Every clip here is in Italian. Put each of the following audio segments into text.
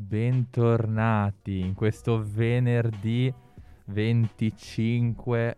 bentornati in questo venerdì 25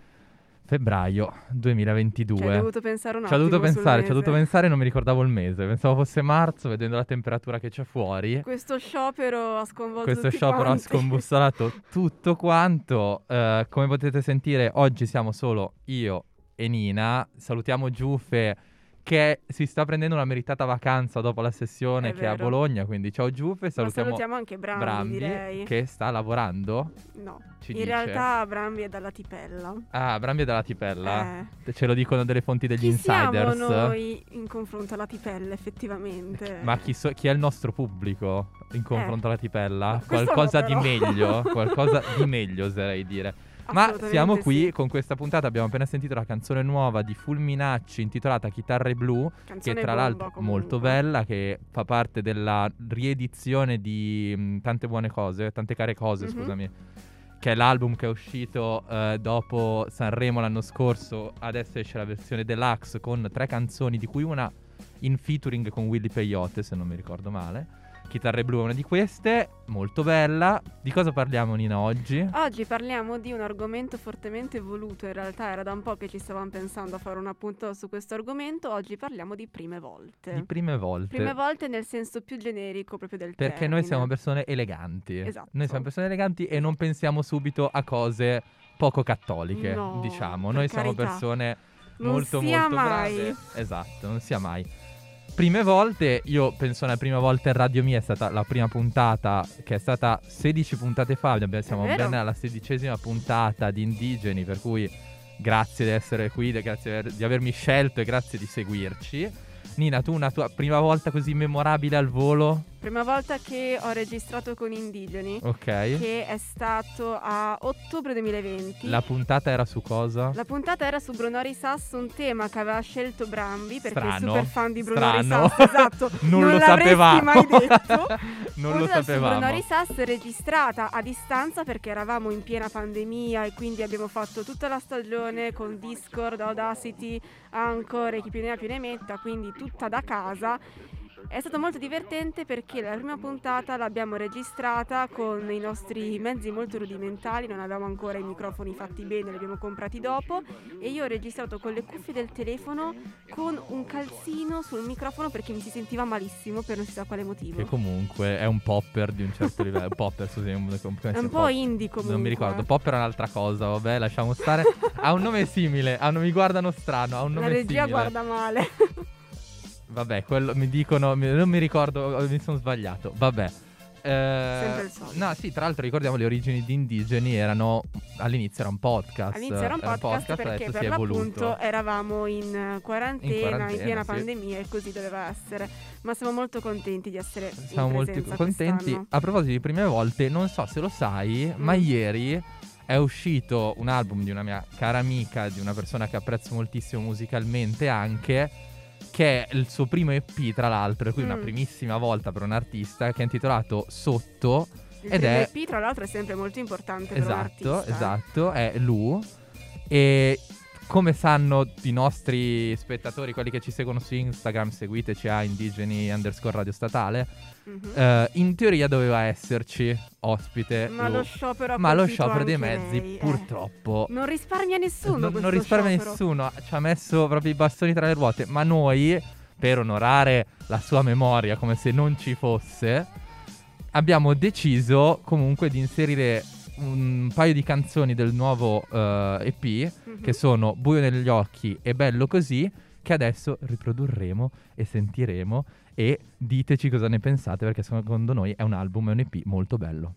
febbraio 2022. Ci hai dovuto pensare un Ci ho attimo dovuto pensare, non mi ricordavo il mese. Pensavo fosse marzo, vedendo la temperatura che c'è fuori. Questo sciopero ha sconvolto Questo tutti sciopero ha quanti. scombussolato tutto quanto. Come potete sentire, oggi siamo solo io e Nina. Salutiamo Giuffe, che si sta prendendo una meritata vacanza dopo la sessione È che è a vero. Bologna. Quindi ciao Giuffe, Ma salutiamo salutiamo anche Brambi, direi. che sta lavorando. No, Ci in dice. realtà Brambi è dalla Tipella. Ah, Brambi è dalla Tipella? Ce lo dicono delle fonti degli Chi insiders. siamo noi in confronto alla Tipella, effettivamente? Ma chi è il nostro pubblico in confronto alla Tipella? questo Qualcosa no, di però. meglio, qualcosa di meglio oserei dire. Ma Assolutamente siamo qui sì. con questa puntata, abbiamo appena sentito la canzone nuova di Fulminacci intitolata Chitarre Blu, Canzone che tra bomba, l'altro è comunque. molto bella, che fa parte della riedizione di Tante buone cose, Tante care cose, Mhm. scusami, che è l'album che è uscito dopo Sanremo l'anno scorso. Adesso esce la versione deluxe con 3 canzoni, di cui una in featuring con Willy Peyote, se non mi ricordo male. Chitarre Blu è una di queste, molto bella. Di cosa parliamo, Nina, oggi? Oggi parliamo di un argomento fortemente voluto, in realtà era da un po' che ci stavamo pensando a fare una puntata su questo argomento. Oggi parliamo di prime volte. Di prime volte. Prime volte nel senso più generico proprio del Perché termine. noi siamo persone eleganti. Esatto. Noi siamo persone eleganti e non pensiamo subito a cose poco cattoliche, No, diciamo. per Noi siamo carità. persone Non molto sia molto mai. brave. Esatto, non sia mai. Prime volte, io penso la prima volta in Radio Mia è stata la prima puntata, che è stata 16 puntate fa. Siamo È vero. bene alla 16ª puntata di Indigeni, per cui grazie di essere qui, grazie di avermi scelto e grazie di seguirci. Nina, tu una tua prima volta così memorabile al volo? Prima volta che ho registrato con Indigeni, Ok. che è stato a ottobre 2020. La puntata era su cosa? La puntata era su Brunori Sass, un tema che aveva scelto Brambi, perché Strano. è super fan di Brunori Strano. Sass, esatto. Non lo l'avresti sapevamo. mai detto. Non lo Puntata sapevamo. Su Brunori Sass registrata a distanza perché eravamo in piena pandemia e quindi abbiamo fatto tutta la stagione con Discord, Audacity, Anchor e chi più ne ha più ne metta, quindi tutta da casa. È stato molto divertente perché la prima puntata l'abbiamo registrata con i nostri mezzi molto rudimentali, non avevamo ancora i microfoni fatti bene, li abbiamo comprati dopo, e io ho registrato con le cuffie del telefono con un calzino sul microfono perché mi si sentiva malissimo per non si sa quale motivo. Che comunque è un popper di un certo livello. Popper, scusami, È un po' indie comunque. Non mi ricordo, popper è un'altra cosa, vabbè, lasciamo stare. Ha un nome simile, mi guardano strano, ha un nome La regia simile. guarda male. Vabbè, quello mi dicono, non mi ricordo, mi sono sbagliato. Vabbè. Sempre il solito. No, sì, tra l'altro ricordiamo le origini di Indigeni all'inizio era un podcast. All'inizio era un podcast perché adesso per si è evoluto. l'appunto eravamo in quarantena, in piena sì. pandemia, e così doveva essere. Ma siamo molto contenti di essere Siamo in molto presenza contenti. quest'anno. A proposito di prime volte, non so se lo sai, ma ieri è uscito un album di una mia cara amica, di una persona che apprezzo moltissimo musicalmente anche, che è il suo primo EP, tra l'altro, e quindi una primissima volta per un artista, che è intitolato Sotto. Il ed primo è EP, tra l'altro, è sempre molto importante per un artista. Esatto, è Lu. E come sanno i nostri spettatori, quelli che ci seguono su Instagram, seguiteci a Indigeni_Radio Statale. In teoria doveva esserci ospite Ma Lu. lo sciopero ha Ma lo colpito sciopero dei anche mezzi lei, purtroppo non risparmia nessuno. non risparmia sciopero. nessuno. Ci ha messo proprio i bastoni tra le ruote. Ma noi, per onorare la sua memoria come se non ci fosse, abbiamo deciso comunque di inserire un paio di canzoni del nuovo EP, che sono Buio negli occhi e Bello così, che adesso riprodurremo e sentiremo, e diteci cosa ne pensate, perché secondo noi è un album, è un EP molto bello.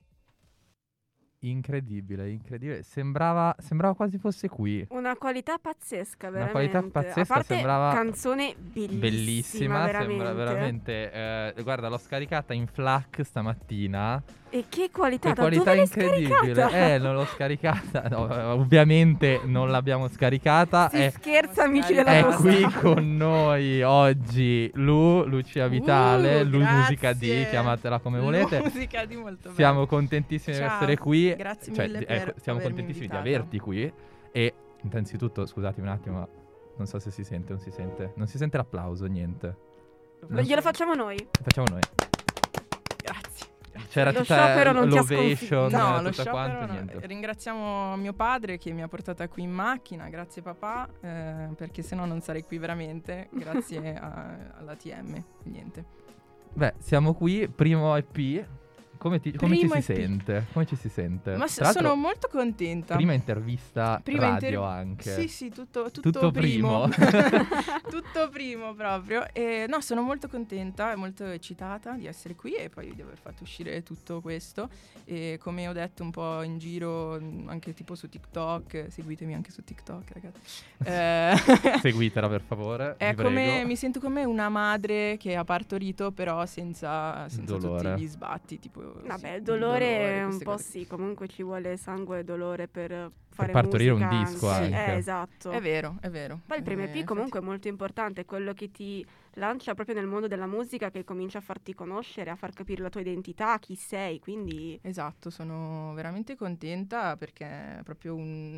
Incredibile. Sembrava quasi fosse qui. Una qualità pazzesca, Una veramente. qualità pazzesca, A parte sembrava canzone bellissima, veramente. sembra veramente. Guarda, l'ho scaricata in FLAC stamattina. E che qualità, Che da qualità dove l'hai incredibile. scaricata? Non l'ho scaricata. No, ovviamente non l'abbiamo scaricata. Si scherza, amici della È posta. qui con noi oggi Lucia Vitale, Lui grazie. Musica D, chiamatela come volete. Musica di molto bene. Siamo contentissimi di Ciao, essere qui. grazie Cioè, mille per siamo avermi contentissimi di invitato. averti qui. E innanzitutto, scusatemi un attimo, ma non so se si sente o non si sente. Non si sente l'applauso, niente. Glielo facciamo noi. Facciamo noi. Grazie. C'era Lo tutta sciopero non ti ha l'ovation, No, lo tutta sciopero quanto, no. niente. Ringraziamo mio padre che mi ha portata qui in macchina, grazie papà, perché sennò non sarei qui veramente, grazie alla TM, niente. Beh, siamo qui, primo EP. Come ci Primo si EP. sente? Come ci si sente? Ma Tra l'altro, sono molto contenta. prima intervista Prima radio anche. Sì, tutto Tutto primo. primo. Tutto primo proprio. E no, sono molto contenta e molto eccitata di essere qui e poi di aver fatto uscire tutto questo. E come ho detto un po' in giro, anche tipo su TikTok, seguitemi anche su TikTok, ragazzi. Seguitela per favore. È vi come, prego. mi sento come una madre che ha partorito, però senza Dolore. tutti gli sbatti. Tipo, Vabbè, sì, il dolore un queste po' cose. sì, comunque ci vuole sangue e dolore per fare partorire un musica disco anche. esatto. È vero, è vero. Poi il primo EP Infatti- comunque è molto importante, è quello che ti lancia proprio nel mondo della musica, che comincia a farti conoscere, a far capire la tua identità, chi sei, quindi Esatto, sono veramente contenta perché è proprio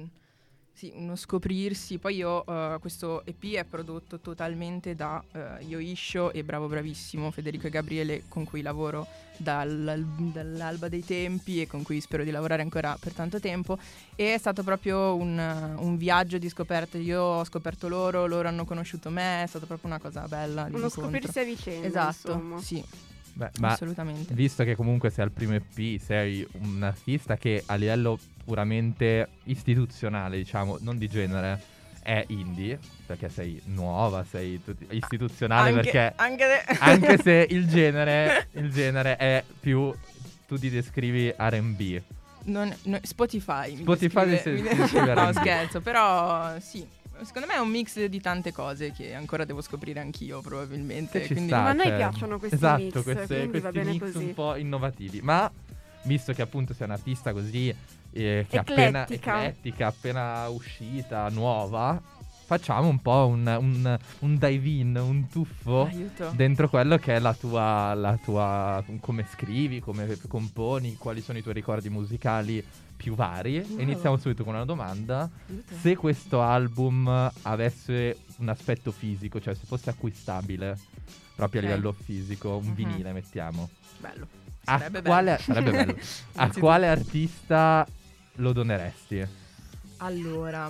uno scoprirsi. Poi io questo EP è prodotto totalmente da Yoisho e Bravo Bravissimo, Federico e Gabriele, con cui lavoro dall'alba dei tempi e con cui spero di lavorare ancora per tanto tempo. E è stato proprio un viaggio di scoperta. Io ho scoperto loro hanno conosciuto me, è stata proprio una cosa bella. uno l'incontro. scoprirsi a vicenda, Esatto, insomma. sì, Beh, ma assolutamente. visto che comunque sei al primo EP, sei un artista che a livello puramente istituzionale, diciamo, non di genere, è indie, perché sei nuova, sei istituzionale, perché anche se il genere è più, tu ti descrivi R&B. Spotify Spotify mi descrive no, R&B. scherzo, però sì. Secondo me è un mix di tante cose che ancora devo scoprire anch'io probabilmente. Che ci quindi sta, Ma a noi cioè, piacciono questi esatto, mix, quindi va questi bene mix così. un po' innovativi. Ma visto che appunto sei un artista così che è Eclettica. appena eclettica, appena uscita, nuova, facciamo un po' un dive-in, un tuffo Aiuto. dentro quello che è la tua come scrivi, come componi, quali sono i tuoi ricordi musicali più vari. Wow. E iniziamo subito con una domanda. Aiuto. Se questo album avesse un aspetto fisico, cioè se fosse acquistabile proprio a Ok. livello fisico, un Mhm. vinile mettiamo, Bello. a Sarebbe quale, bello. sarebbe bello. A Innanzitutto. quale artista lo doneresti? Allora,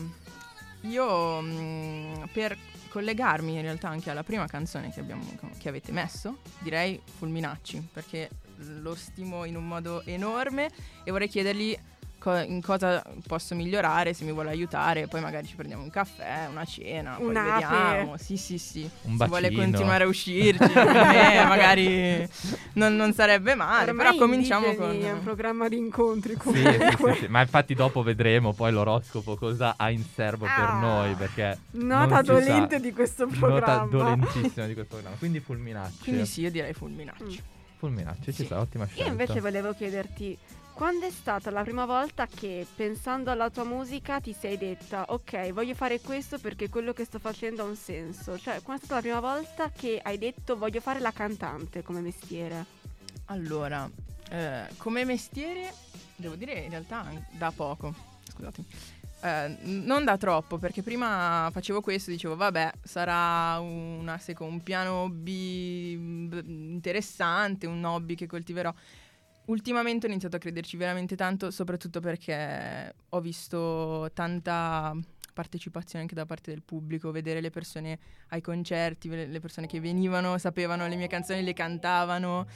io per collegarmi in realtà anche alla prima canzone che avete messo, direi Fulminacci, perché lo stimo in un modo enorme e vorrei chiedergli in cosa posso migliorare, se mi vuole aiutare, poi magari ci prendiamo un caffè, una cena, poi Un'ape. vediamo. Sì. Un Se vuole bacino. continuare a uscirci con me, magari non sarebbe male, Ormai però cominciamo Indigeni è un con... programma di incontri Sì, comunque. sì. Ma infatti dopo vedremo poi l'oroscopo cosa ha in serbo per noi, perché Nota non si sa. dolente di questo programma. Nota dolentissima di questo programma. Quindi Fulminacci. Quindi sì, io direi Fulminacci. Fulminacci, ci Sì. sta, ottima scelta. Io invece volevo chiederti, quando è stata la prima volta che, pensando alla tua musica, ti sei detta ok, voglio fare questo perché quello che sto facendo ha un senso? Cioè, quando è stata la prima volta che hai detto voglio fare la cantante come mestiere? Allora, come mestiere, devo dire in realtà da poco, scusatemi. Non da troppo, perché prima facevo questo, dicevo vabbè, sarà un piano hobby interessante, un hobby che coltiverò. Ultimamente ho iniziato a crederci veramente tanto, soprattutto perché ho visto tanta partecipazione anche da parte del pubblico, vedere le persone ai concerti, le persone che venivano, sapevano le mie canzoni, le cantavano,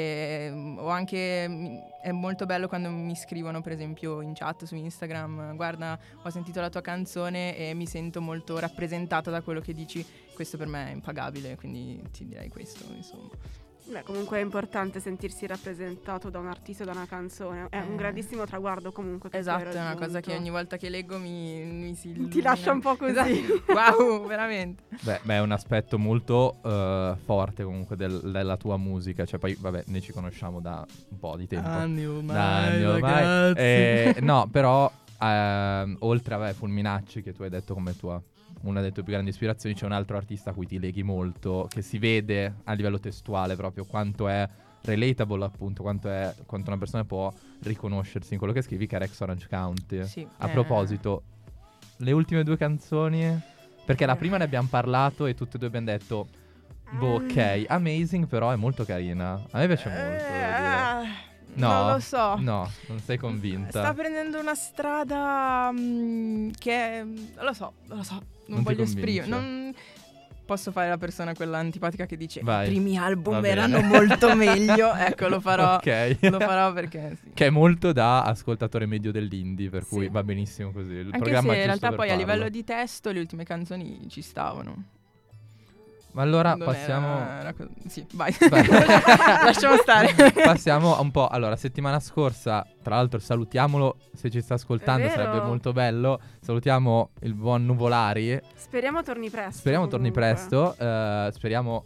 o anche è molto bello quando mi scrivono per esempio in chat su Instagram: guarda, ho sentito la tua canzone e mi sento molto rappresentata da quello che dici. Questo per me è impagabile, quindi ti direi questo, insomma. Beh, comunque è importante sentirsi rappresentato da un artista o da una canzone. È un grandissimo traguardo comunque che tu hai Esatto, è una cosa che raggiunto. ogni volta che leggo mi si Ti illumina. lascia un po' così. Esatto. Wow, veramente. Beh, è un aspetto molto forte comunque della tua musica. Cioè, poi, vabbè, noi ci conosciamo da un po' di tempo. Anni ormai, Da anni ormai. No, però, oltre a Fulminacci, che tu hai detto come tua una delle tue più grandi ispirazioni, c'è un altro artista a cui ti leghi molto, che si vede a livello testuale proprio quanto è relatable, appunto, quanto una persona può riconoscersi in quello che scrivi, che è Rex Orange County. Sì, A proposito, le ultime due canzoni, perché la prima ne abbiamo parlato e tutte e due abbiamo detto Boh, ok. Amazing però è molto carina. A me piace molto, devo dire. No, non lo so. No, non sei convinta. Sta prendendo una strada che non lo so, Non ti voglio convince? esprimere. Non posso fare la persona quella antipatica che dice Vai. i primi album Va erano bene. molto meglio. Ecco, lo farò. Ok. Lo farò perché sì. Che è molto da ascoltatore medio dell'indie, per cui Sì. va benissimo così. Il Anche programma se è in giusto realtà per poi a farlo. livello di testo le ultime canzoni ci stavano. Ma allora Non passiamo... Sì, vai. Vai. Lasciamo stare. Passiamo un po'. Allora, settimana scorsa, tra l'altro, salutiamolo se ci sta ascoltando, È vero. sarebbe molto bello. Salutiamo il buon Nuvolari. Speriamo torni presto. Speriamo torni comunque. presto. Speriamo.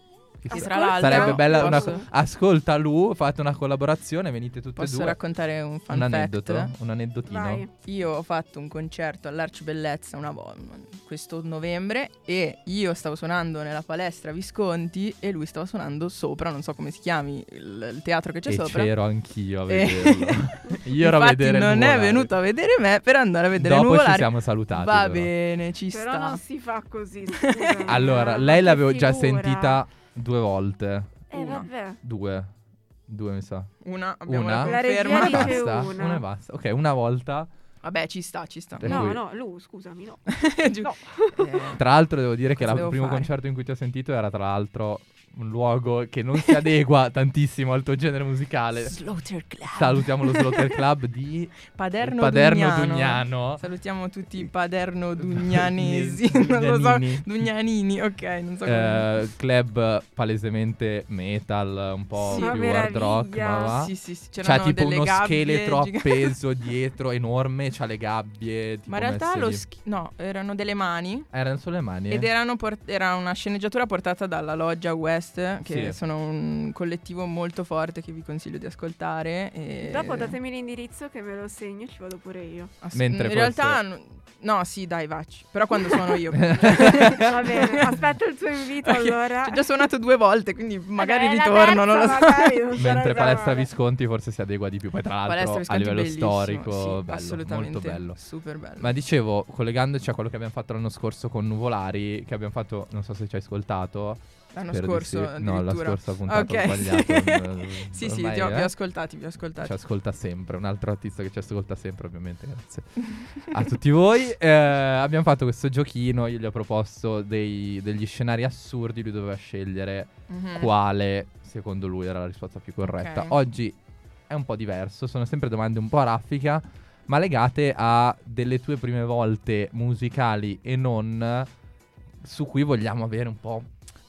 E Tra tra l'altro Sarebbe bella una. posso, Ascolta Lu, fate una collaborazione, venite tutte e posso due. raccontare un fun Un fact? aneddoto, un aneddotino. Vai. Io ho fatto un concerto all'Arcibellezza questo novembre e io stavo suonando nella palestra Visconti e lui stava suonando sopra, non so come si chiami, il teatro che c'è E sopra. c'ero anch'io a E- vederlo. Io ero a Infatti vedere il non è Nuvolari. venuto a vedere me per andare a vedere Dopo Nuvolari. ci siamo salutati. Va però. bene, ci Però sta. non si fa così. scusami. Allora, Ma lei che l'avevo già figura. sentita 2 volte. Una. Vabbè. 2 mi sa. Una, abbiamo Una? la La regia conferma. Una e dice basta. una. Una e basta. Ok, una volta. Vabbè, ci sta. Per No, cui- no, Lu, scusami, no. Giù. No. Tra l'altro devo dire che Cosa il devo primo fare? concerto in cui ti ho sentito era tra l'altro un luogo che non si adegua tantissimo al tuo genere musicale. Slaughter Club. Salutiamo lo Slaughter Club di Paderno Paderno Dugnano. Dugnano. Salutiamo tutti i paderno dugnanesi. Non lo so. Dugnanini. Dugnanini, ok, non so come. Club palesemente metal, un po' Sì. più Ma hard rock, ma meraviglia. va. Sì, C'ha c'erano tipo delle uno gabbie scheletro giganti. appeso dietro enorme, c'ha le gabbie tipo Ma in realtà messe lì. no, erano delle mani. Erano solo le mani? Ed era una sceneggiatura portata dalla Loggia West, che Sì. sono un collettivo molto forte che vi consiglio di ascoltare. E Dopo datemi l'indirizzo che me lo segno e ci vado pure io. Mentre in forse- realtà no, sì, dai, vacci. Però quando suono io. Va bene, aspetto il tuo invito Perché allora. ci ho già suonato 2 volte, quindi magari Vabbè, la ritorno, non lo terza so. magari non sarà Mentre già Palestra male. Visconti forse si adegua di più. Poi tra Palestra l'altro a Visconti livello bellissimo, storico, sì, bello, assolutamente, molto bello. super bello. Ma dicevo, collegandoci a quello che abbiamo fatto l'anno scorso con Nuvolari, che abbiamo fatto, non so se ci hai ascoltato. L'anno spero di scorso sì. No, la addirittura. scorsa puntata Ok. ho sbagliato. Sì, Ormai, vi ho ascoltati, vi ho ascoltati. Ci ascolta sempre, un altro artista che ci ascolta sempre, ovviamente, grazie a tutti voi. Abbiamo fatto questo giochino, io gli ho proposto degli scenari assurdi, lui doveva scegliere Mhm. quale secondo lui era la risposta più corretta. Ok. Oggi è un po' diverso, sono sempre domande un po' a raffica, ma legate a delle tue prime volte musicali e non, su cui vogliamo avere un po'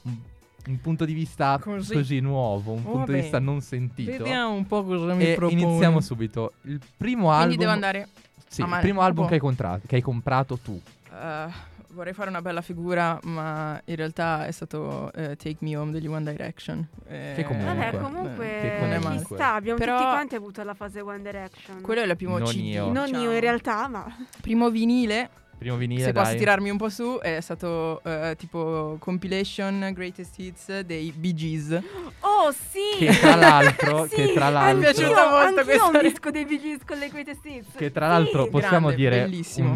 un punto di vista Così. così nuovo, un Va punto di bene. vista non sentito. Vediamo un po' cosa mi E propone. iniziamo subito. Il primo Quindi album. devo andare. Sì, a il mano. primo album Boh. che hai comprato tu. Vorrei fare una bella figura, ma in realtà è stato Take Me Home degli One Direction. Che comunque. Vabbè, Che comunque non è ci male. sta, abbiamo Però- tutti quanti avuto la fase One Direction. Quello è il primo Non CD. io. Non diciamo. io in realtà, ma Primo vinile, Primo vinile, se dai. posso tirarmi un po' su, è stato tipo compilation Greatest Hits dei Bee Gees. oh sì! Che tra l'altro, Sì, che tra l'altro, Mi è piaciuta molto anch'io questa ho un re- disco dei Bee Gees con le Greatest Hits. che tra l'altro Sì. possiamo Grande, dire bellissimo.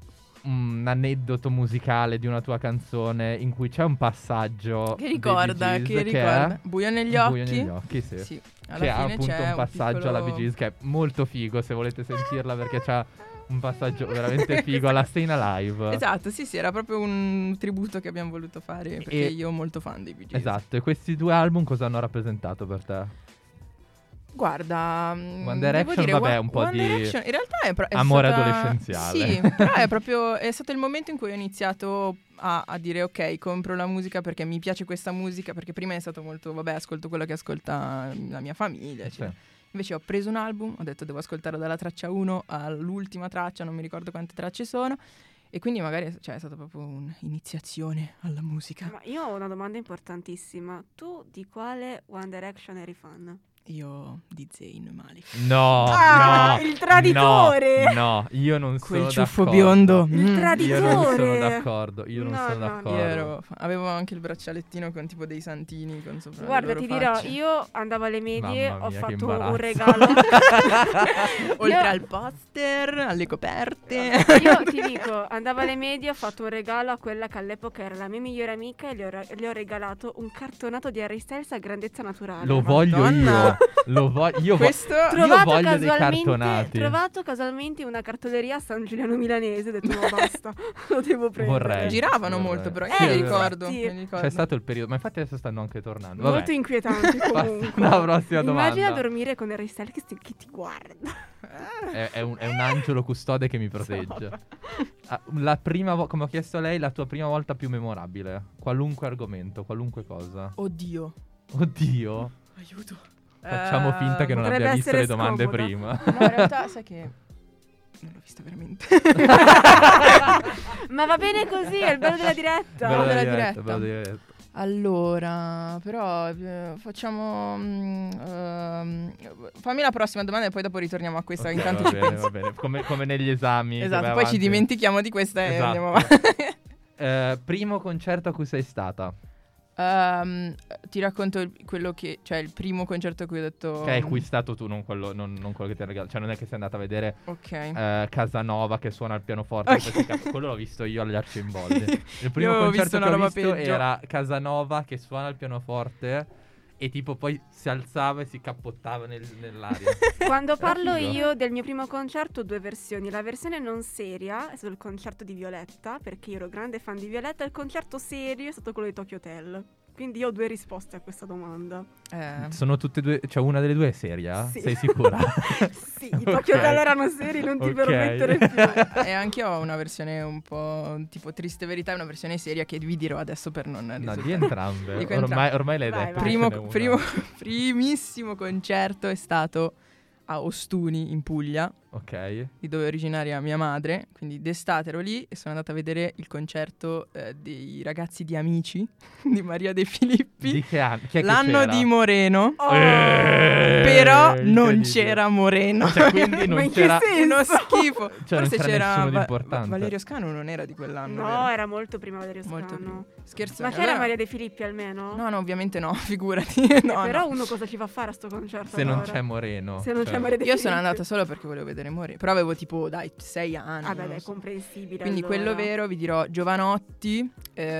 un aneddoto musicale di una tua canzone in cui c'è un passaggio Che dei ricorda, Bee Gees che ricorda. è Buio negli Buio occhi. negli occhi, sì. Sì, alla Che ha fine appunto c'è un passaggio alla Bee piccolo- Gees che è molto figo, se volete sentirla, perché c'ha un passaggio veramente figo alla Stayin' Alive. Esatto, sì, era proprio un tributo che abbiamo voluto fare perché io sono molto fan dei Bee Gees. Esatto, e questi due album cosa hanno rappresentato per te? Guarda, One devo Direction, dire, vabbè, un po' One di Direction in realtà è amore stata- adolescenziale. Sì, però è stato il momento in cui ho iniziato a dire ok, compro la musica perché mi piace questa musica, perché prima è stato molto, vabbè, ascolto quello che ascolta la mia famiglia, eccetera. Sì. Invece ho preso un album, ho detto devo ascoltare dalla traccia 1 all'ultima traccia, non mi ricordo quante tracce sono, e quindi magari è stata proprio un'iniziazione alla musica. Ma io ho una domanda importantissima. Tu di quale One Direction eri fan? Io di Zayn Malik. No, Ah, no, il traditore! No, io non sono Quel ciuffo d'accordo. biondo. Il Io non sono traditore! d'accordo. Io non No, sono no, no. d'accordo. Avevo anche il braccialettino con tipo dei santini con sopra Guarda, le loro ti dirò, facce. io andavo alle medie, Mamma ho mia, che fatto imbarazzo. un regalo. Oltre Io- al poster, alle coperte. Io ti dico, andavo alle medie, ho fatto un regalo a quella che all'epoca era la mia migliore amica e le ho regalato un cartonato di Harry Styles a grandezza naturale. Lo voglio Madonna. io. Questo Io voglio dei cartonati. trovato casualmente in una cartoleria a San Giuliano Milanese, ho detto no basta, lo devo prendere. Vorrei. giravano Vorrei. molto, però io Sì, mi è vero. ricordo. Sì. me li ricordo. C'è stato il periodo, ma infatti adesso stanno anche tornando. Vabbè. Molto inquietanti comunque. La prossima domanda. Immagina dormire con Harry Styles che ti guarda. È un angelo custode che mi protegge. La prima come ho chiesto a lei, la tua prima volta più memorabile. Qualunque argomento, qualunque cosa. Oddio. Oddio. Aiuto. Facciamo finta che non potrebbe abbia visto essere le domande scomoda. prima. No, in realtà sai che non l'ho vista veramente. Ma va bene così, è il bello della diretta. Bello della diretta, diretta. bello della diretta. Allora, però facciamo fammi la prossima domanda e poi dopo ritorniamo a questa. Ok, Intanto va ci bene, penso. va bene. Come negli esami. che Esatto, vai poi ci avanti. dimentichiamo di questa e Esatto. andiamo avanti. Primo concerto a cui sei stata? Ti racconto quello che, cioè il primo concerto a cui ho detto Che hai acquistato tu, non quello che ti ha regalato. Cioè non è che sei andata a vedere Ok. Casanova che suona il pianoforte. Ok. Quello l'ho visto io agli Arcimboldi. Il primo Io ho concerto visto che una ho roba visto peggio. era Casanova che suona il pianoforte e tipo poi si alzava e si cappottava nell'aria. Quando Era parlo figo. io del mio primo concerto, ho due versioni. La versione non seria è stato il concerto di Violetta, perché io ero grande fan di Violetta, e il concerto serio è stato quello di Tokyo Hotel. Quindi io ho due risposte a questa domanda. Sono tutte e due, cioè una delle due è seria? Sì. Sei sicura? Sì, i Tokyo Ok. Hotel erano seri, non ti Ok. permettere più. E anche io ho una versione un po' tipo triste verità e una versione seria che vi dirò adesso per non No, risultare. di entrambe. Dico entrambe. Ormai l'hai Vai, detto. vai. ce n'è una. Primissimo concerto è stato a Ostuni in Puglia, Ok. di dove è originaria mia madre, quindi d'estate ero lì e sono andata a vedere il concerto dei ragazzi di Amici di Maria De Filippi, Di che anno? Chi è che l'anno c'era? di Moreno, Oh, però non incredibile. c'era Moreno. Cioè, quindi Ma non in che c'era. senso? Uno schifo. Cioè, non Forse c'era c'era nessuno di importante. Valerio Scanu non era di quell'anno, no, vero? era molto prima Valerio Scanu. Molto prima. Scherzo. Ma c'era allora- Maria De Filippi almeno? No, ovviamente no, figurati. No, Però no. uno cosa ci va a fare a sto concerto? Se non allora? c'è Moreno. Se non Cioè, c'è Maria De Io Filippi. sono andata solo perché volevo vedere Moreno, però avevo tipo, dai, 6 anni. Ah beh, non dai, so. comprensibile. Quindi allora. quello vero, vi dirò, Giovanotti,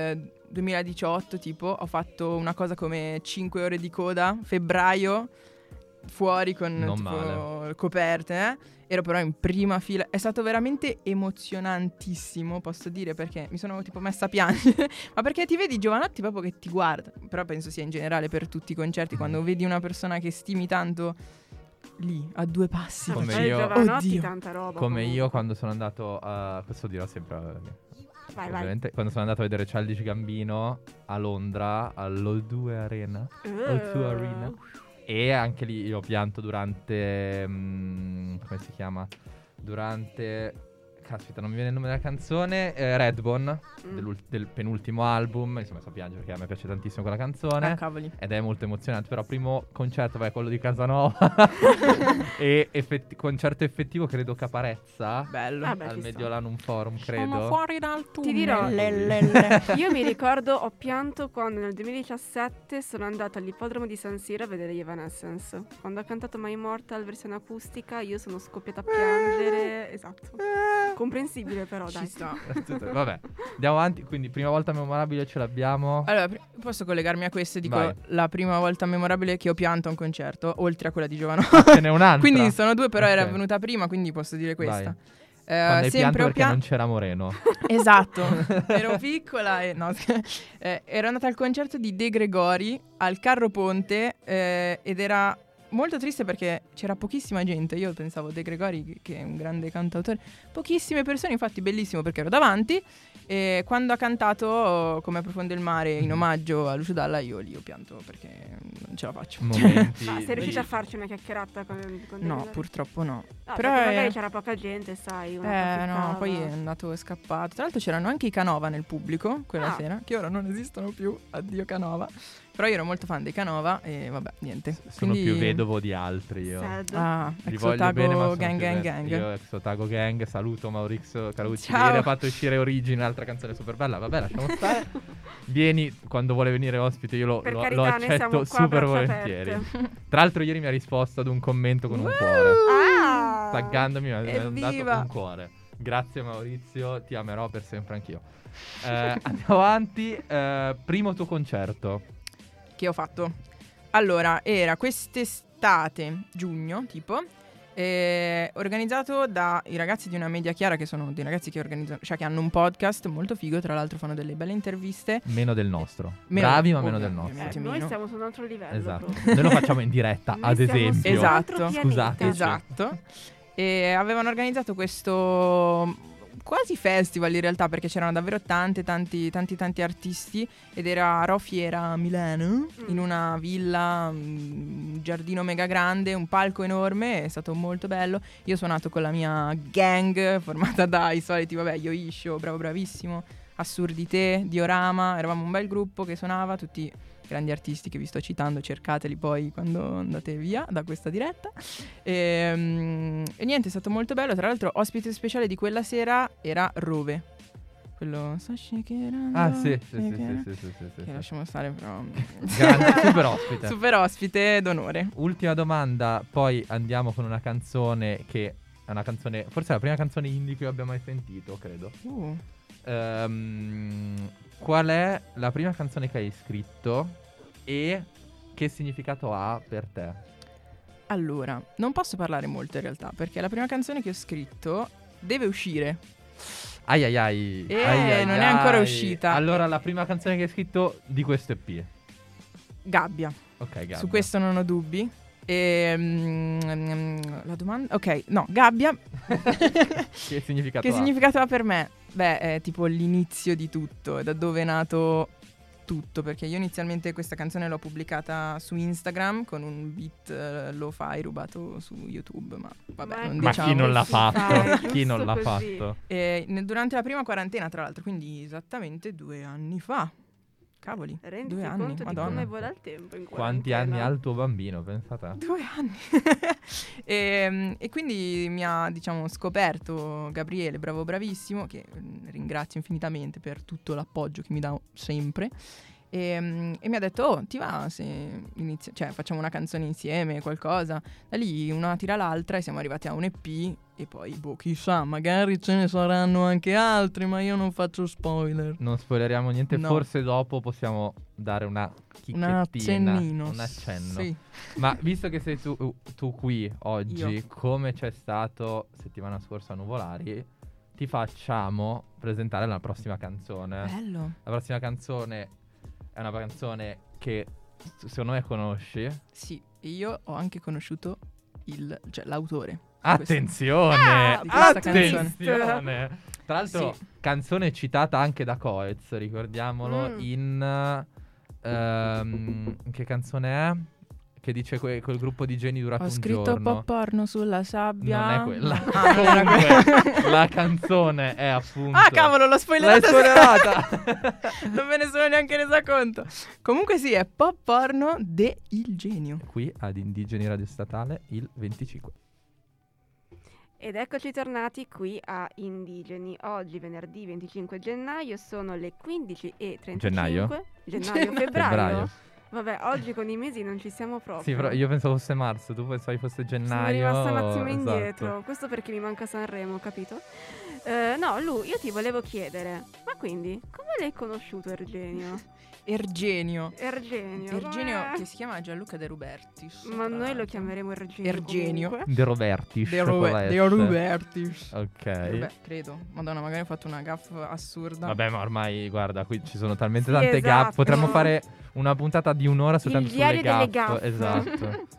2018 tipo, ho fatto una cosa come 5 ore di coda, febbraio, fuori con Non tipo male. coperte, Ero però in prima fila, è stato veramente emozionantissimo, posso dire, perché mi sono tipo messa a piangere, ma perché ti vedi Giovanotti proprio che ti guarda, però penso sia in generale per tutti i concerti, quando vedi una persona che stimi tanto lì, a due passi. Come Poi io- Giovanotti, Oddio. tanta roba. Come comunque. io quando sono andato a. Questo dirò sempre. Vai. Ovviamente, quando sono andato a vedere Childish Gambino a Londra, all'O2 Arena. O2 Arena. E anche lì io ho pianto durante. Come si chiama? Durante. Caspita, non mi viene il nome della canzone. Redbone, del penultimo album. Insomma, so piangere perché a me piace tantissimo quella canzone. Cavoli. Ed è molto emozionante. Però primo concerto è quello di Casanova. E concerto effettivo credo Caparezza. Bello. Ah, beh, Al ci sta. Mediolanum Forum, credo. Sono fuori dal tunnel. Ti dirò. Lelele. Io mi ricordo, ho pianto quando nel 2017 sono andata all'ippodromo di San Siro a vedere gli Evanescence. Quando ha cantato My Immortal versione acustica, io sono scoppiata a piangere. Esatto. Comprensibile però, Ci dai. sta. Vabbè, andiamo avanti. Quindi, prima volta memorabile ce l'abbiamo. Allora, posso collegarmi a questo e dico Vai. la prima volta memorabile che ho pianto a un concerto, oltre a quella di Giovanotti. Ce n'è un'altra. Quindi sono due, però era Ok. venuta prima, quindi posso dire questa. Quando hai pianto Sempre ho perché pianto. non c'era Moreno. Esatto, ero piccola e no, ero andata al concerto di De Gregori al Carro Ponte ed era molto triste perché c'era pochissima gente. Io pensavo De Gregori, che è un grande cantautore, pochissime persone, infatti bellissimo perché ero davanti. E quando ha cantato Come profondo il mare in omaggio a Lucio Dalla, io lì ho pianto perché ce la faccio. Momenti. Ma sei riuscita a farci una chiacchierata con No, Daniele? purtroppo no. Ah, Però perché magari c'era poca gente, sai. uno no, approfittava. poi è andato, è scappato. Tra l'altro c'erano anche i Canova nel pubblico quella Ah. sera, che ora non esistono più, addio Canova. Però io ero molto fan dei Canova e vabbè, niente. Sono Quindi- più vedovo di altri io. Sad. Ah, Li ex voglio Otago bene, ma sono gang più gang vedovo. gang. Io ex Otago gang, saluto Maurizio Carucci. Ciao. Ieri ha fatto uscire Origine, un'altra canzone super bella. Vabbè, lasciamo stare. Vieni quando vuole venire ospite, io lo Per lo carità, noi siamo accetto qua a super braccia volentieri. aperte. Tra l'altro ieri mi ha risposto ad un commento con un cuore. Ah! Taggandomi mi ha dato Evviva! un cuore. Grazie Maurizio, ti amerò per sempre anch'io. Andiamo avanti. Primo tuo concerto. Che ho fatto? Allora, era quest'estate, giugno, tipo, organizzato dai ragazzi di Una Media Chiara, che sono dei ragazzi che organizzano, cioè che hanno un podcast molto figo, tra l'altro fanno delle belle interviste. Meno del nostro. Meno- Bravi, ma meno del ovviamente. nostro. Noi meno. siamo su un altro livello. Esatto. proprio. Noi lo facciamo in diretta, Noi ad siamo su esempio. un altro Esatto. pianeta. Scusate. Esatto. E avevano organizzato questo quasi festival in realtà, perché c'erano davvero tanti artisti ed era a Rofiera a Milano, in una villa, un giardino mega grande, un palco enorme, è stato molto bello. Io ho suonato con la mia gang formata dai soliti, vabbè, Io Iscio, Bravo Bravissimo, Assurdité, Diorama, eravamo un bel gruppo che suonava, tutti grandi artisti che vi sto citando, cercateli poi quando andate via da questa diretta. E niente, è stato molto bello. Tra l'altro ospite speciale di quella sera era Rove, quello Ah, sì. che lasciamo stare, però Grande, super ospite. super ospite d'onore. Ultima domanda, poi andiamo con una canzone che è una canzone, forse è la prima canzone indie che abbia mai sentito, credo. Qual è la prima canzone che hai scritto e che significato ha per te? Allora, non posso parlare molto in realtà, perché la prima canzone che ho scritto deve uscire. Ai ai ai. Non è ancora uscita. Allora, la prima canzone che hai scritto di questo EP. Gabbia. Ok, Gabbia. Su questo non ho dubbi. La domanda... Ok, no, Gabbia. Che significato Che ha? significato ha per me? Beh, è tipo l'inizio di tutto, è da dove è nato tutto, perché io inizialmente questa canzone l'ho pubblicata su Instagram con un beat lo-fi rubato su YouTube, ma vabbè, non Ma diciamo. chi non l'ha Si fa, fatto? è Chi non giusto l'ha così. fatto? Durante la prima quarantena, tra l'altro, quindi esattamente 2 anni fa. Cavoli, Renditi 2 anni, conto madonna. di come vola il tempo in Quanti anni ha il tuo bambino? Pensa te. 2 anni. E quindi mi ha, diciamo, scoperto Gabriele, bravo bravissimo, che ringrazio infinitamente per tutto l'appoggio che mi dà sempre. E mi ha detto, oh, ti va se cioè facciamo una canzone insieme, qualcosa. Da lì una tira l'altra e siamo arrivati a un EP. E poi, boh, chissà, magari ce ne saranno anche altri, ma io non faccio spoiler. Non spoileriamo niente, No. forse dopo possiamo dare una Un chichettina, accennino. un accenno. Sì. Ma visto che sei tu qui oggi, Io. come c'è stato settimana scorsa a Nuvolari, ti facciamo presentare la prossima canzone. Bello. La prossima canzone è una canzone che secondo me conosci. Sì, io ho anche conosciuto l'autore. Attenzione! di questa Attenzione! Tra l'altro, Sì. canzone citata anche da Coez, ricordiamolo, in che canzone è? Che dice quel gruppo di geni durato Ho un scritto giorno. pop porno sulla sabbia. Non è quella. Ah, non era quella. Comunque, la canzone è appunto. Ah, cavolo, l'ho L'hai spoilerata. spoilerata! Non me ne sono neanche resa conto. Comunque sì, è pop porno de Il Genio. Qui ad Indigeni Radio Statale il 25. Ed eccoci tornati qui a Indigeni. Oggi venerdì 25 gennaio sono le 15:35. Gennaio? Gennaio, febbraio. Vabbè, oggi con i mesi non ci siamo proprio. Sì, però io pensavo fosse marzo, tu pensavi fosse gennaio. Sono rimasta un attimo esatto. indietro. Questo perché mi manca Sanremo, capito? No, io ti volevo chiedere, ma quindi come l'hai conosciuto Ergenio? Ergenio. Ergenio Ergenio che si chiama Gianluca De Rubertis. Ma noi lo chiameremo Ergenio. Ergenio. comunque. De Robertis. De con la S. Rubertis. Ok. Vabbè, credo. Madonna, magari ho fatto una gaffa assurda. Vabbè, ma ormai, guarda, qui ci sono talmente Sì, tante gap. esatto. Potremmo fare una puntata di un'ora soltanto Il diario sulle delle gap. gaffe. Esatto.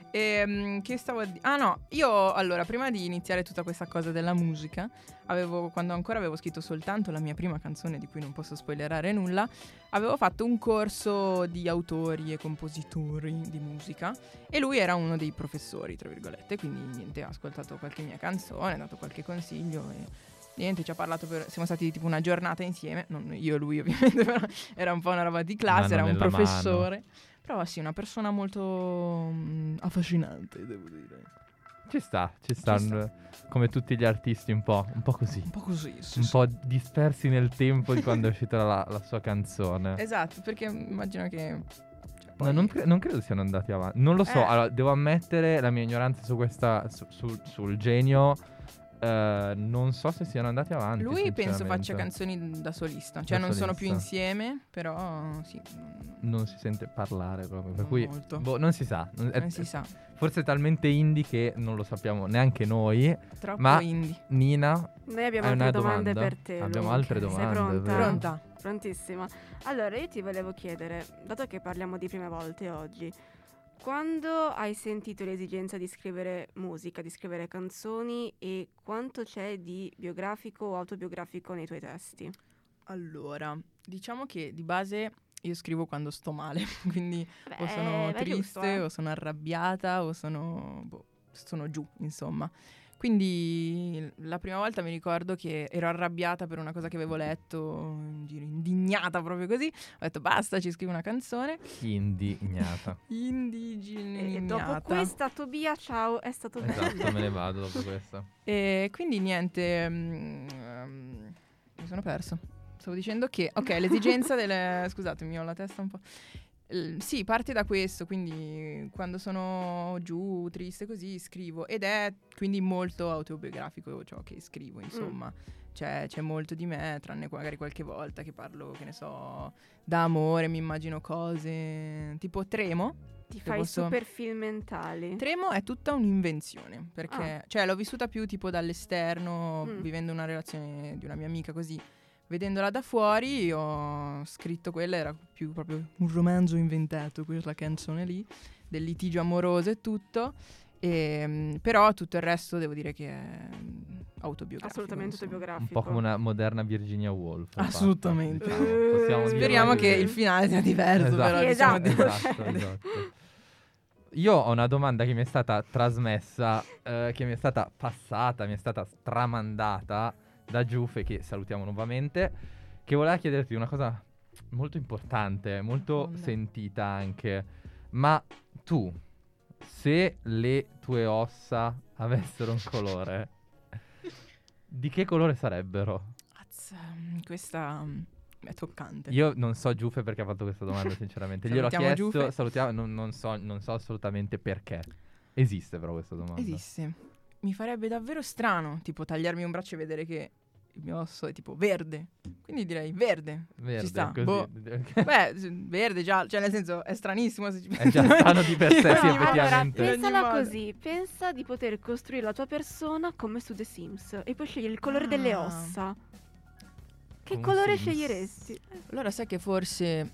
Che stavo a dire? Ah no, io allora prima di iniziare tutta questa cosa della musica, quando ancora avevo scritto soltanto la mia prima canzone, di cui non posso spoilerare nulla, avevo fatto un corso di autori e compositori di musica e lui era uno dei professori, tra virgolette, quindi niente, ha ascoltato qualche mia canzone, ha dato qualche consiglio e niente, ci ha parlato siamo stati tipo una giornata insieme, non io e lui ovviamente, però era un po' una roba di classe, era un professore. Però sì, una persona molto affascinante, devo dire. Ci sta. Come tutti gli artisti un po' così. Un po' così, sì, un po' dispersi nel tempo di quando è uscita la sua canzone. Esatto, perché immagino che... No, non credo siano andati avanti. Non lo so, allora, devo ammettere la mia ignoranza su questa, sul genio. Non so se siano andati avanti. Lui penso faccia canzoni da solista. Cioè non sono più insieme, però sì. Non si sente parlare proprio. Per cui molto. Non si sa. Non si sa. Forse è talmente indie che non lo sappiamo neanche noi. Troppo indie. Nina, noi abbiamo altre domande per te. Abbiamo altre domande. Sei pronta? Pronta. Prontissima. Allora io ti volevo chiedere, dato che parliamo di prime volte oggi, quando hai sentito l'esigenza di scrivere musica, di scrivere canzoni, e quanto c'è di biografico o autobiografico nei tuoi testi? Allora, diciamo che di base io scrivo quando sto male, quindi o sono triste, giusto, o sono arrabbiata, o sono giù, insomma. Quindi la prima volta mi ricordo che ero arrabbiata per una cosa che avevo letto, indignata proprio così. Ho detto basta, ci scrivo una canzone. Indignata. E dopo questa, Tobia, ciao, è stato bello. Esatto, me ne vado dopo questa. E quindi niente, mi sono perso. Stavo dicendo che, ok, l'esigenza delle... Scusatemi, ho la testa un po'... Sì, parte da questo, quindi quando sono giù, triste così, scrivo. Ed è quindi molto autobiografico ciò che scrivo, insomma. C'è molto di me, tranne magari qualche volta che parlo, che ne so, d'amore, mi immagino cose... Tipo Tremo. Ti fai super film mentali. Tremo è tutta un'invenzione, perché cioè l'ho vissuta più tipo dall'esterno, vivendo una relazione di una mia amica così. Vedendola da fuori ho scritto quella, era più proprio un romanzo inventato, quella canzone lì, del litigio amoroso e tutto, però tutto il resto devo dire che è autobiografico. Assolutamente autobiografico. Un po' come una moderna Virginia Woolf. Assolutamente. Diciamo. Speriamo che il finale sia diverso. Esatto. Però, Esatto. Io ho una domanda che mi è stata trasmessa, che mi è stata passata, mi è stata tramandata da Giuffe, che salutiamo nuovamente, che voleva chiederti una cosa molto importante, molto sentita anche. Ma tu, se le tue ossa avessero un colore, di che colore sarebbero? Questa è toccante. Io non so Giuffe perché ha fatto questa domanda, sinceramente. Gliel'ho chiesto, Giuffe. Salutiamo, non so assolutamente perché. Esiste però questa domanda. Esiste. Mi farebbe davvero strano, tipo, tagliarmi un braccio e vedere che il mio osso è tipo verde. Quindi direi verde. Verde, ci sta. Così. Beh, verde già, cioè nel senso è stranissimo se ci È già strano di per sé, sì, effettivamente. Allora, pensala così, pensa di poter costruire la tua persona come su The Sims e poi scegli il colore delle ossa. Che Come colore Sims. sceglieresti? Allora sai che forse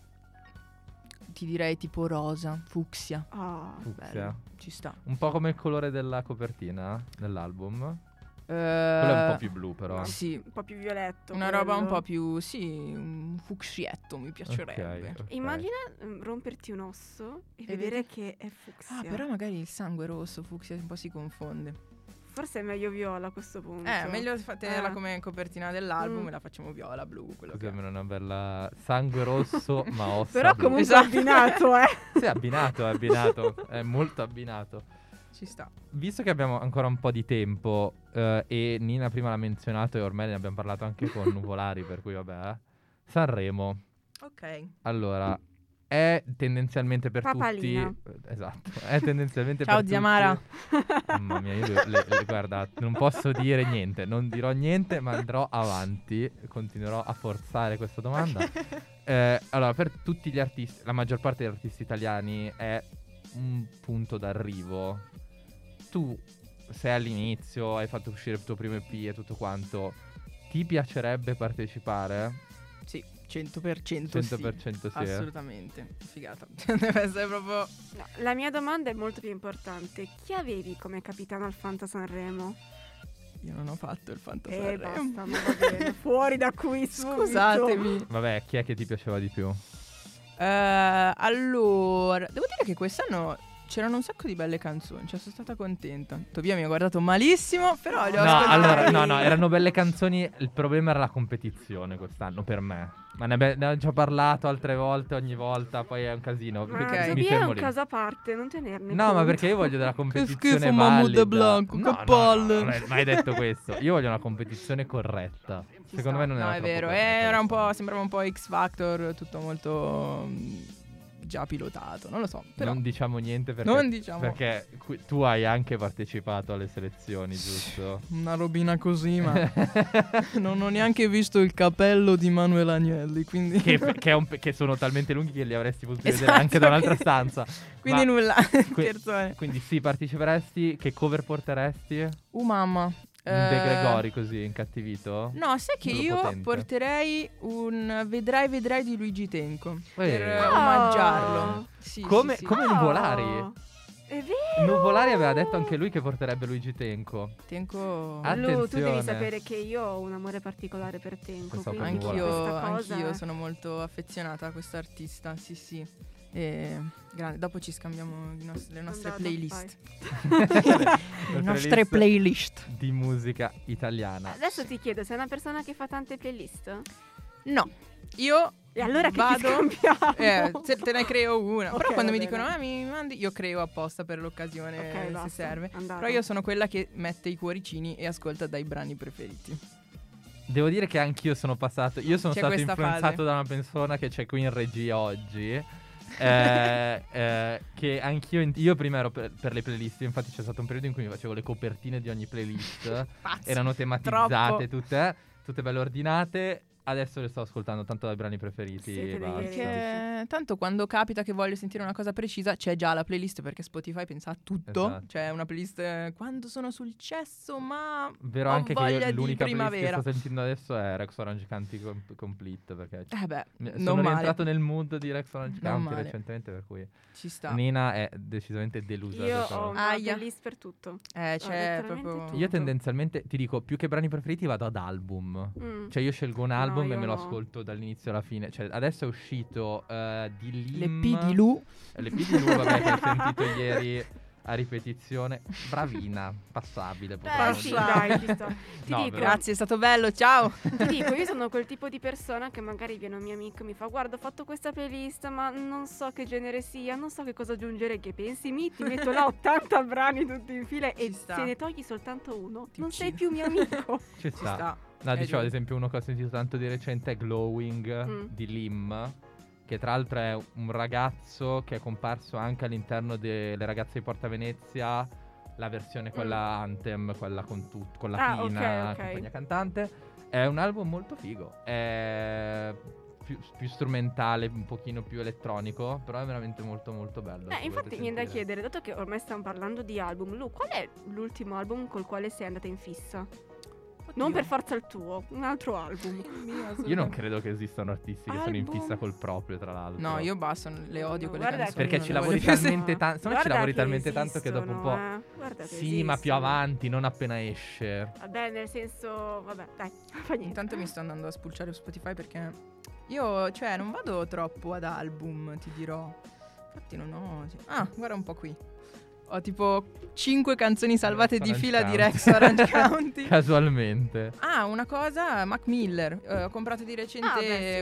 ti direi tipo rosa, fucsia. Fucsia. Bello, ci sta. Un po' come il colore della copertina dell'album. Quello è un po' più blu però. Sì, un po' più violetto. una roba un po' più, sì, un fucsietto mi piacerebbe. Ok. Immagina romperti un osso e vedere che è fucsia. Ah, però magari il sangue rosso, fucsia un po' si confonde. Forse è meglio viola a questo punto. Meglio tenerla come copertina dell'album e la facciamo viola, blu, quello Così che almeno una bella sangue rosso ma ossa però blu. comunque Esatto. abbinato, Sì, abbinato, è molto abbinato. ci sta. Visto che abbiamo ancora un po' di tempo e Nina prima l'ha menzionato e ormai ne abbiamo parlato anche con Nuvolari, per cui vabbè. Sanremo. Ok. Allora, è tendenzialmente per Papalina. tutti. Esatto, è tendenzialmente Ciao, per zia tutti. Mara. Mamma mia, io guarda, non posso dire niente, non dirò niente, ma andrò avanti, continuerò a forzare questa domanda. Allora, per tutti gli artisti, la maggior parte degli artisti italiani è un punto d'arrivo. Tu sei all'inizio, hai fatto uscire il tuo primo EP e tutto quanto, ti piacerebbe partecipare? Sì. 100% 100% sì. Assolutamente. Figata. Deve essere proprio... No, la mia domanda è molto più importante. Chi avevi come capitano al Fanta Sanremo? Io non ho fatto il Fantasarremo. Basta, ma va bene. Fuori da qui subito. Scusatemi. Vabbè, chi è che ti piaceva di più? Allora, devo dire che quest'anno c'erano un sacco di belle canzoni, cioè sono stata contenta. Tobia mi ha guardato malissimo, però le ho No, ascoltate. allora, no, erano belle canzoni. Il problema era la competizione quest'anno per me. Ma ne ho già parlato altre volte, ogni volta, poi è un casino. Ma Ok. Tobi Mi è fermo un lì. caso a parte, non tenerne No, conto. ma perché io voglio della competizione schifo, Mahmood valida. Blanco, No, che palle. non hai mai detto questo. Io voglio una competizione corretta. Ci Secondo sta. me non No, era è troppo vero, corretta era un questa. po', sembrava un po' X Factor, tutto molto già pilotato, non lo so, però Non diciamo niente perché, non diciamo perché tu hai anche partecipato alle selezioni, giusto? una robina così, ma non ho neanche visto il capello di Manuel Agnelli, quindi che sono talmente lunghi che li avresti potuti Esatto. vedere anche da un'altra stanza. quindi Ma- nulla, qui- scherzone. Quindi sì, parteciperesti. Che cover porteresti? Mamma. De Gregori così, incattivito? No, sai che Quello io potente. porterei un Vedrai di Luigi Tenco per Oh. omaggiarlo. Sì, Come- sì, sì. come Nuvolari. È vero. Nuvolari aveva detto anche lui che porterebbe Luigi Tenco. Tenco Ah, Lu, tu devi Attenzione. sapere che io ho un amore particolare per Tenco. Questo Quindi proprio Anch'io, questa cosa anch'io sono molto affezionata a questo artista, sì sì. E grande. Dopo ci scambiamo le nostre Andata, playlist. Le Le nostre playlist. di musica italiana. Adesso ti chiedo, sei una persona che fa tante playlist? No, io E allora che vado, ti scambiamo? te ne creo una. Ok, Però quando va mi bene. dicono mi mandi, io creo apposta per l'occasione Ok, se basta, serve. andata. Però io sono quella che mette i cuoricini e ascolta dai brani preferiti. Devo dire che anch'io sono passato. Io sono C'è stato questa influenzato fase. da una persona che c'è qui in regia oggi. Che anch'io io prima ero per le playlist. Infatti c'è stato un periodo in cui mi facevo le copertine di ogni playlist. Pazzo. Erano tematizzate tutte belle ordinate. Adesso le sto ascoltando tanto dai brani preferiti. Siete E degli basta. eredi. Perché tanto quando capita che voglio sentire una cosa precisa c'è già la playlist, perché Spotify pensa a tutto. Esatto. C'è una playlist quando sono sul cesso, ma Vero ho anche che voglia io di l'unica playlist che primavera. sto sentendo adesso è Rex Orange County Complete. Perché Beh, sono non male. rientrato nel mood di Rex Orange Non County male. recentemente, per cui Ci sta. Nina è decisamente delusa. Io da questa ho cosa. una Aia. playlist per tutto. C'è letteralmente proprio tutto. Io tendenzialmente ti dico, più che brani preferiti vado ad album. Mm. Cioè io scelgo un album io e me lo no. ascolto dall'inizio alla fine. Cioè adesso è uscito di Lim. l'EP di Lu. L'EP di Lu, vabbè, che ho sentito ieri a ripetizione. Bravina, passabile. potremmo Sì, dire. dai, ci sta. Ti No, dico, Grazie, è stato bello, ciao. ti dico, io sono quel tipo di persona che magari viene un mio amico e mi fa: guarda, ho fatto questa playlist, ma non so che genere sia, non so che cosa aggiungere. Che pensi? Ti metto là 80 brani tutti in fila e Ci sta. se ne togli soltanto uno, Ti non sei uccido. più mio amico. Ci Ci sta. sta. No, dicevo giusto. ad esempio uno che ho sentito tanto di recente è Glowing Mm. di Lim. Che tra l'altro è un ragazzo che è comparso anche all'interno delle ragazze di Porta Venezia, la versione quella Anthem, quella con la Ah, Pina, ok. compagnia cantante. È un album molto figo, è più strumentale, un pochino più elettronico, però è veramente molto molto bello. se Infatti volete mi viene da sentire. chiedere, dato che ormai stiamo parlando di album, Lu, qual è l'ultimo album col quale sei andata in fissa? Non per forza il tuo, un altro album. Io non credo che esistano artisti che sono in Album? fissa col proprio, tra l'altro. No, io basta, le odio No, quelle guarda canzoni. Perché non ci le lavori voglio più talmente tanto. Se no ci Guarda lavori che talmente tanto che dopo un po'. esistono, Guarda che Sì, ma più esistono. avanti, non appena esce. Vabbè, nel senso, vabbè, dai, fa niente. Intanto mi sto andando a spulciare su Spotify perché io, cioè, non vado troppo ad album, ti dirò. Infatti non ho... Ah, guarda un po' qui. Ho tipo 5 canzoni salvate di Orange fila di County. Rex Orange County. Casualmente. Ah, una cosa, Mac Miller. Ho comprato di recente Ah, beh, sì.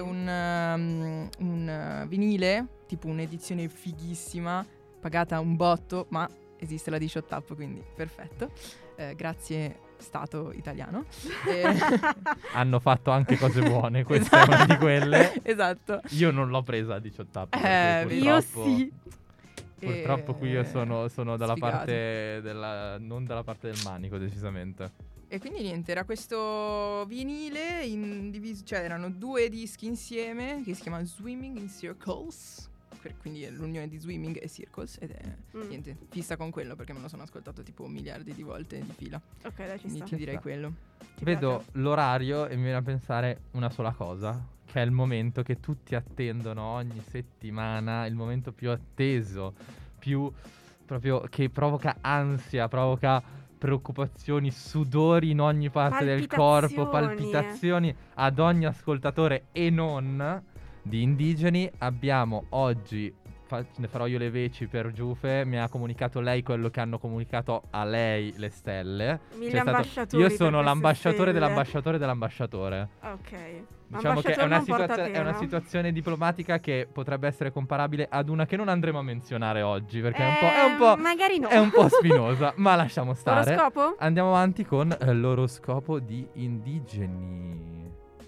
un vinile, tipo un'edizione fighissima, pagata un botto, ma esiste la 18 up, quindi perfetto. Grazie Stato italiano. Hanno fatto anche cose buone, questa è una di quelle. Esatto. Io non l'ho presa a 18 up. Io sì. Purtroppo qui io sono dalla Sfigati. parte non dalla parte del manico, decisamente. E quindi niente, era questo vinile cioè erano 2 dischi insieme che si chiama Swimming in Circles, quindi è l'unione di Swimming e Circles, ed è niente, fissa con quello perché me lo sono ascoltato tipo miliardi di volte di fila. Ok, dai, ci Quindi sta. ti direi quello. Ti Vedo piace? l'orario e mi viene a pensare una sola cosa, che è il momento che tutti attendono ogni settimana, il momento più atteso, più proprio che provoca ansia, provoca preoccupazioni, sudori in ogni parte del corpo, palpitazioni ad ogni ascoltatore e non di Indigeni. Abbiamo oggi, ne farò io le veci per Giufe, mi ha comunicato lei quello che hanno comunicato a lei le stelle. Mille ambasciatori Io per sono queste l'ambasciatore stelle. dell'ambasciatore dell'ambasciatore. Ok. Diciamo che è una, è una situazione situazione diplomatica che potrebbe essere comparabile ad una che non andremo a menzionare oggi, perché magari no. è un po' spinosa, ma lasciamo stare. Oroscopo? Andiamo avanti con l'oroscopo di Indigeni.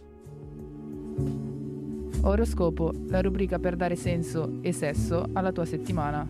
Oroscopo, la rubrica per dare senso e sesso alla tua settimana.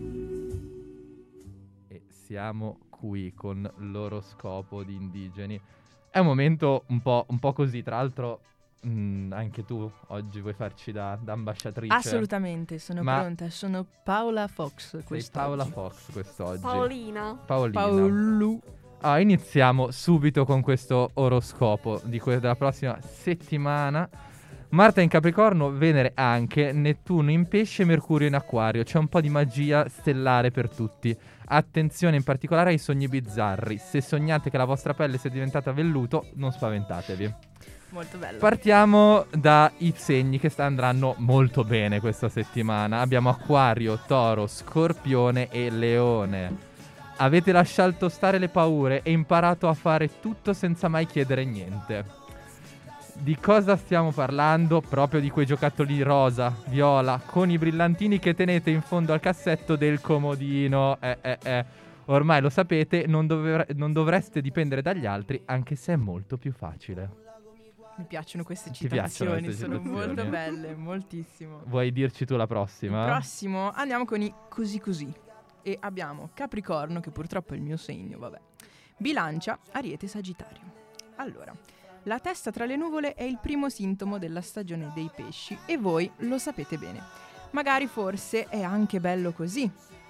E siamo qui con l'oroscopo di Indigeni. È un momento un po' così, tra l'altro anche tu oggi vuoi farci da ambasciatrice. Assolutamente, sono pronta, sono Paola Fox Sei quest'oggi. Paola Fox quest'oggi. Paolina. Paolina. Iniziamo subito con questo oroscopo della prossima settimana. Marte in Capricorno, Venere anche, Nettuno in Pesce, Mercurio in Acquario. C'è un po' di magia stellare per tutti. Attenzione in particolare ai sogni bizzarri. Se sognate che la vostra pelle sia diventata velluto, non spaventatevi. Molto bello. Partiamo dai segni che andranno molto bene questa settimana. Abbiamo Acquario, Toro, Scorpione e Leone. Avete lasciato stare le paure e imparato a fare tutto senza mai chiedere niente. Di cosa stiamo parlando? Proprio di quei giocattoli rosa, viola, con i brillantini che tenete in fondo al cassetto del comodino. Ormai lo sapete, non dovreste dipendere dagli altri, anche se è molto più facile. Mi piacciono queste Ti piacciono citazioni, queste sono citazioni? molto belle, moltissimo. Vuoi dirci tu la Il prossima? prossimo andiamo con i così così. E abbiamo Capricorno, che purtroppo è il mio segno, vabbè. Bilancia, Ariete, Sagittario. Allora, la testa tra le nuvole è il primo sintomo della stagione dei pesci e voi lo sapete bene. Magari forse è anche bello così.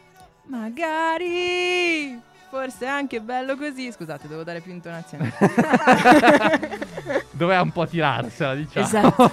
Magari forse è anche bello così. Scusate, devo dare più intonazione. Doveva un po' tirarsela, diciamo. Esatto.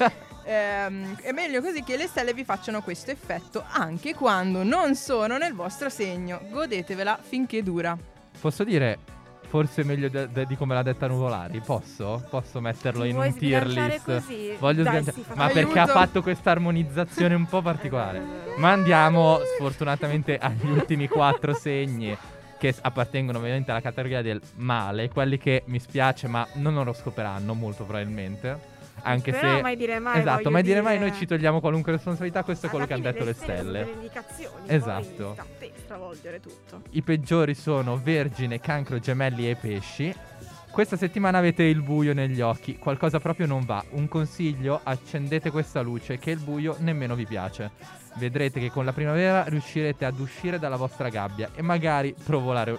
È meglio così che le stelle vi facciano questo effetto anche quando non sono nel vostro segno. Godetevela finché dura. Posso dire, forse meglio di come l'ha detta Nuvolari? Posso? Posso metterlo in un tier list? Così? Voglio Dai, sbilanciare. sì, Ma Aiuto. perché ha fatto questa armonizzazione un po' particolare. Ma andiamo sfortunatamente agli ultimi 4 segni, che appartengono ovviamente alla categoria del male, quelli che mi spiace ma non oroscoperanno molto probabilmente. Anche Però se mai dire mai. esatto, voglio mai dire mai, dire. noi ci togliamo qualunque responsabilità, questo è quello Alla che hanno fine detto le sono stelle. delle indicazioni. Esatto. Poi sta a te stravolgere tutto. I peggiori sono Vergine, Cancro, Gemelli e Pesci. Questa settimana avete il buio negli occhi, qualcosa proprio non va. Un consiglio: accendete questa luce, che il buio nemmeno vi piace. Vedrete che con la primavera riuscirete ad uscire dalla vostra gabbia e magari provolare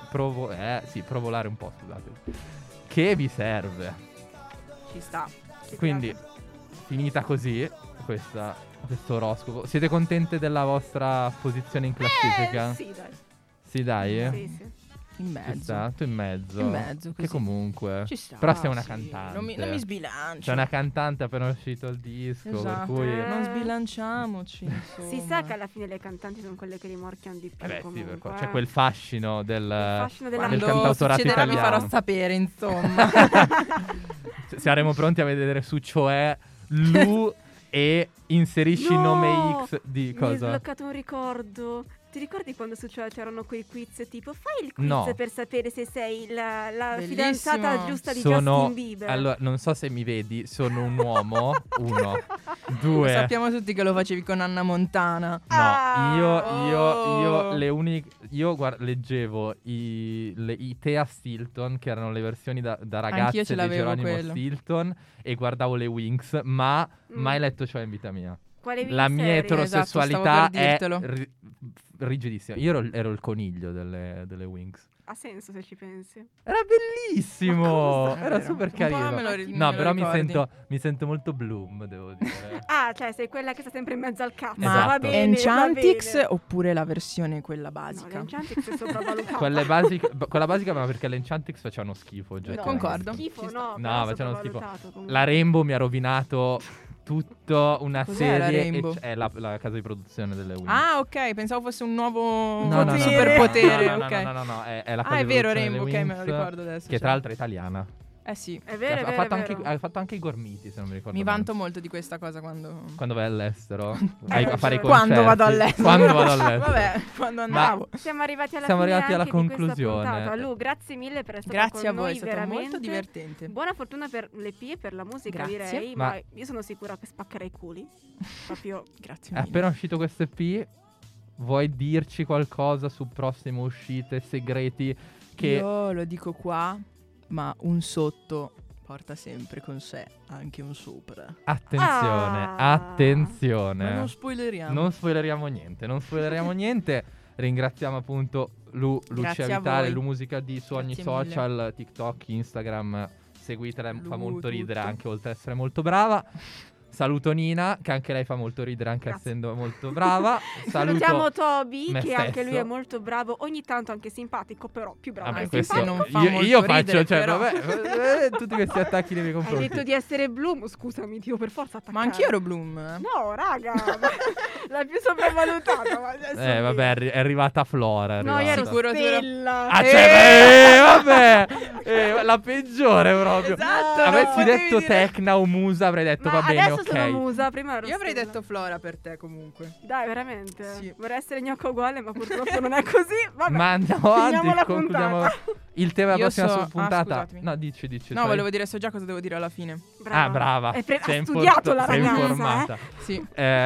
un po', scusate. Che vi serve. Ci sta. Ci Quindi, piace. finita così questo oroscopo. Siete contente della vostra posizione in classifica? Sì, dai. Sì, dai. Sì, sì. In Ci mezzo. sta, tu in mezzo. In mezzo, Che così. comunque. Ci sta. Però sei una sì. cantante. Non mi sbilancio. Sei una cantante appena uscito il disco, Esatto. per cui... Non sbilanciamoci. Insomma. Si sa che alla fine le cantanti sono quelle che rimorchiano di più. Eh beh, sì, comunque, c'è quel fascino del fascino della del Quando cantautorato succederà vi italiano. farò sapere, insomma. Saremo pronti a vedere su Cioè Lu e inserisci No! nome X di Mi hai cosa? sbloccato un ricordo. Ti ricordi quando su Cioè c'erano quei quiz tipo fai il quiz No. per sapere se sei la Bellissimo. fidanzata giusta di Sono Justin Bieber? allora, non so se mi vedi, sono un uomo, uno, Lo due. sappiamo tutti che lo facevi con Anna Montana. No, io Oh. le uniche. Io leggevo i Thea Stilton, che erano le versioni da Anch'io ragazze ce di l'avevo Geronimo quello. Stilton, e guardavo le Wings, ma mai letto ciò in vita mia. Quale La mia serie? eterosessualità Esatto, stavo per è dirtelo. rigidissima. Io ero il coniglio delle Wings. ha senso se ci pensi. Era bellissimo, Ma cosa? era Vero. super Un po' carino. me lo ri- No, me lo però mi ricordi. sento molto Bloom, devo dire. Ah, cioè sei quella che sta sempre in mezzo al cazzo. Esatto. Va bene, va Enchantix bene. oppure la versione quella No, basica? l'Enchantix è sopravvalutata. Quella basica, ma perché le Enchantix facevano schifo. No, oggettivamente. Concordo. Schifo, Ci no, No, però facevano schifo. sopravvalutato comunque. La Rainbow mi ha rovinato tutta una Cos'è la serie. Rainbow? È la casa di produzione delle Wii. Ah, ok, pensavo fosse un nuovo No, no, no, superpotere. no, no, ok. no, è la casa Ah, è di vero, produzione Rainbow, delle ok, me lo Wings, ricordo adesso. che cioè. tra l'altro è italiana. Eh sì, È vero, è ha, vero, fatto è anche, vero. ha fatto anche i Gormiti, se non mi ricordo mi male. vanto molto di questa cosa quando... Quando vai all'estero Hai a fare i ragione. concerti. Quando vado all'estero. Quando vado all'estero. Vabbè, quando andavo. Siamo arrivati alla Siamo fine arrivati alla anche di conclusione. questa puntata. Lu, grazie mille per essere Grazie a con voi, noi, è stato veramente. molto divertente. Buona fortuna per l'EP e per la musica, Grazie. direi. Ma- Ma io sono sicura che spaccherei i culi. Proprio. Grazie È mille. appena uscito questo EP. Vuoi dirci qualcosa su prossime uscite, segreti? Che Io lo dico qua, ma un sotto porta sempre con sé anche un sopra. attenzione, Ah. attenzione. Ma non spoileriamo. Non spoileriamo niente, non spoileriamo niente. Ringraziamo appunto Lucia Grazie a Vitale, voi. Lu Musica di su ogni Grazie mille. social, TikTok, Instagram. Seguitela, fa Lu, molto ridere tutto. anche oltre ad essere molto brava. Saluto Nina, che anche lei fa molto ridere anche Grazie. essendo molto brava. Salutiamo Toby, me che anche lui è stesso. molto bravo. Ogni tanto anche simpatico, però più bravo. Vabbè, che questo simpatico. non fa molto io faccio, ridere, cioè, però. vabbè, tutti questi attacchi nei miei Hai confronti. detto di essere Bloom, scusami, Dio, per forza attaccare. Ma anch'io ero Bloom. No, raga, la più sopravvalutata. Ma adesso Vabbè, è arrivata Flora. è No, io ero arrivata. Sicuro tu Stella. Ah, vabbè, la peggiore proprio. Esatto, Avessi non potevi detto dire- Tecna o Musa, avrei detto Ma va bene, adesso ok. sono Musa, prima ero Io avrei Stella. detto Flora per te comunque. Dai, veramente. Sì. Vorrei essere gnocca uguale, ma purtroppo non è così. Vabbè. Ma andiamo finiamo avanti, la concludiamo puntata. il tema della Io prossima so- puntata. scusatemi. No, dici. No, sai? volevo dire, so già cosa devo dire alla fine. Brava. Ah, brava. Ha Sei studiato la sei ragazza. informata. Sì.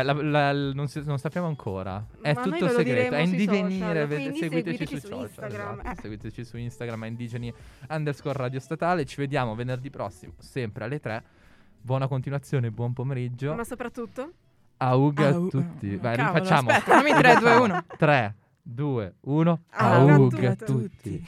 Non sappiamo ancora. È Ma noi tutto ve lo segreto. diremo È in sui divenire. social, quindi Seguiteci seguiteci sui su social. Instagram. esatto. Seguiteci su Instagram a indigeni_radio statale. Ci vediamo venerdì prossimo, sempre alle 3. Buona continuazione, buon pomeriggio. Ma soprattutto Auga a Au- tutti. Vai, Cavolo, rifacciamo. aspetta, fammi 3, 2, 1. 3, 2, 1. Auga a Auga a tutti. tutti.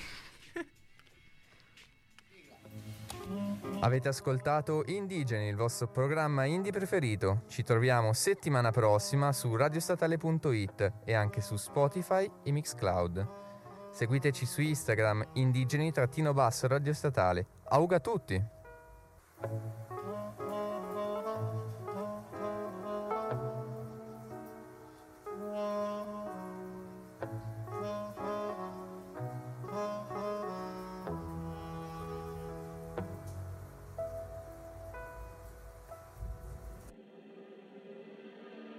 Avete ascoltato Indigeni, il vostro programma indie preferito. Ci troviamo settimana prossima su radiostatale.it e anche su Spotify e Mixcloud. Seguiteci su Instagram indigeni_radiostatale. Auga a tutti!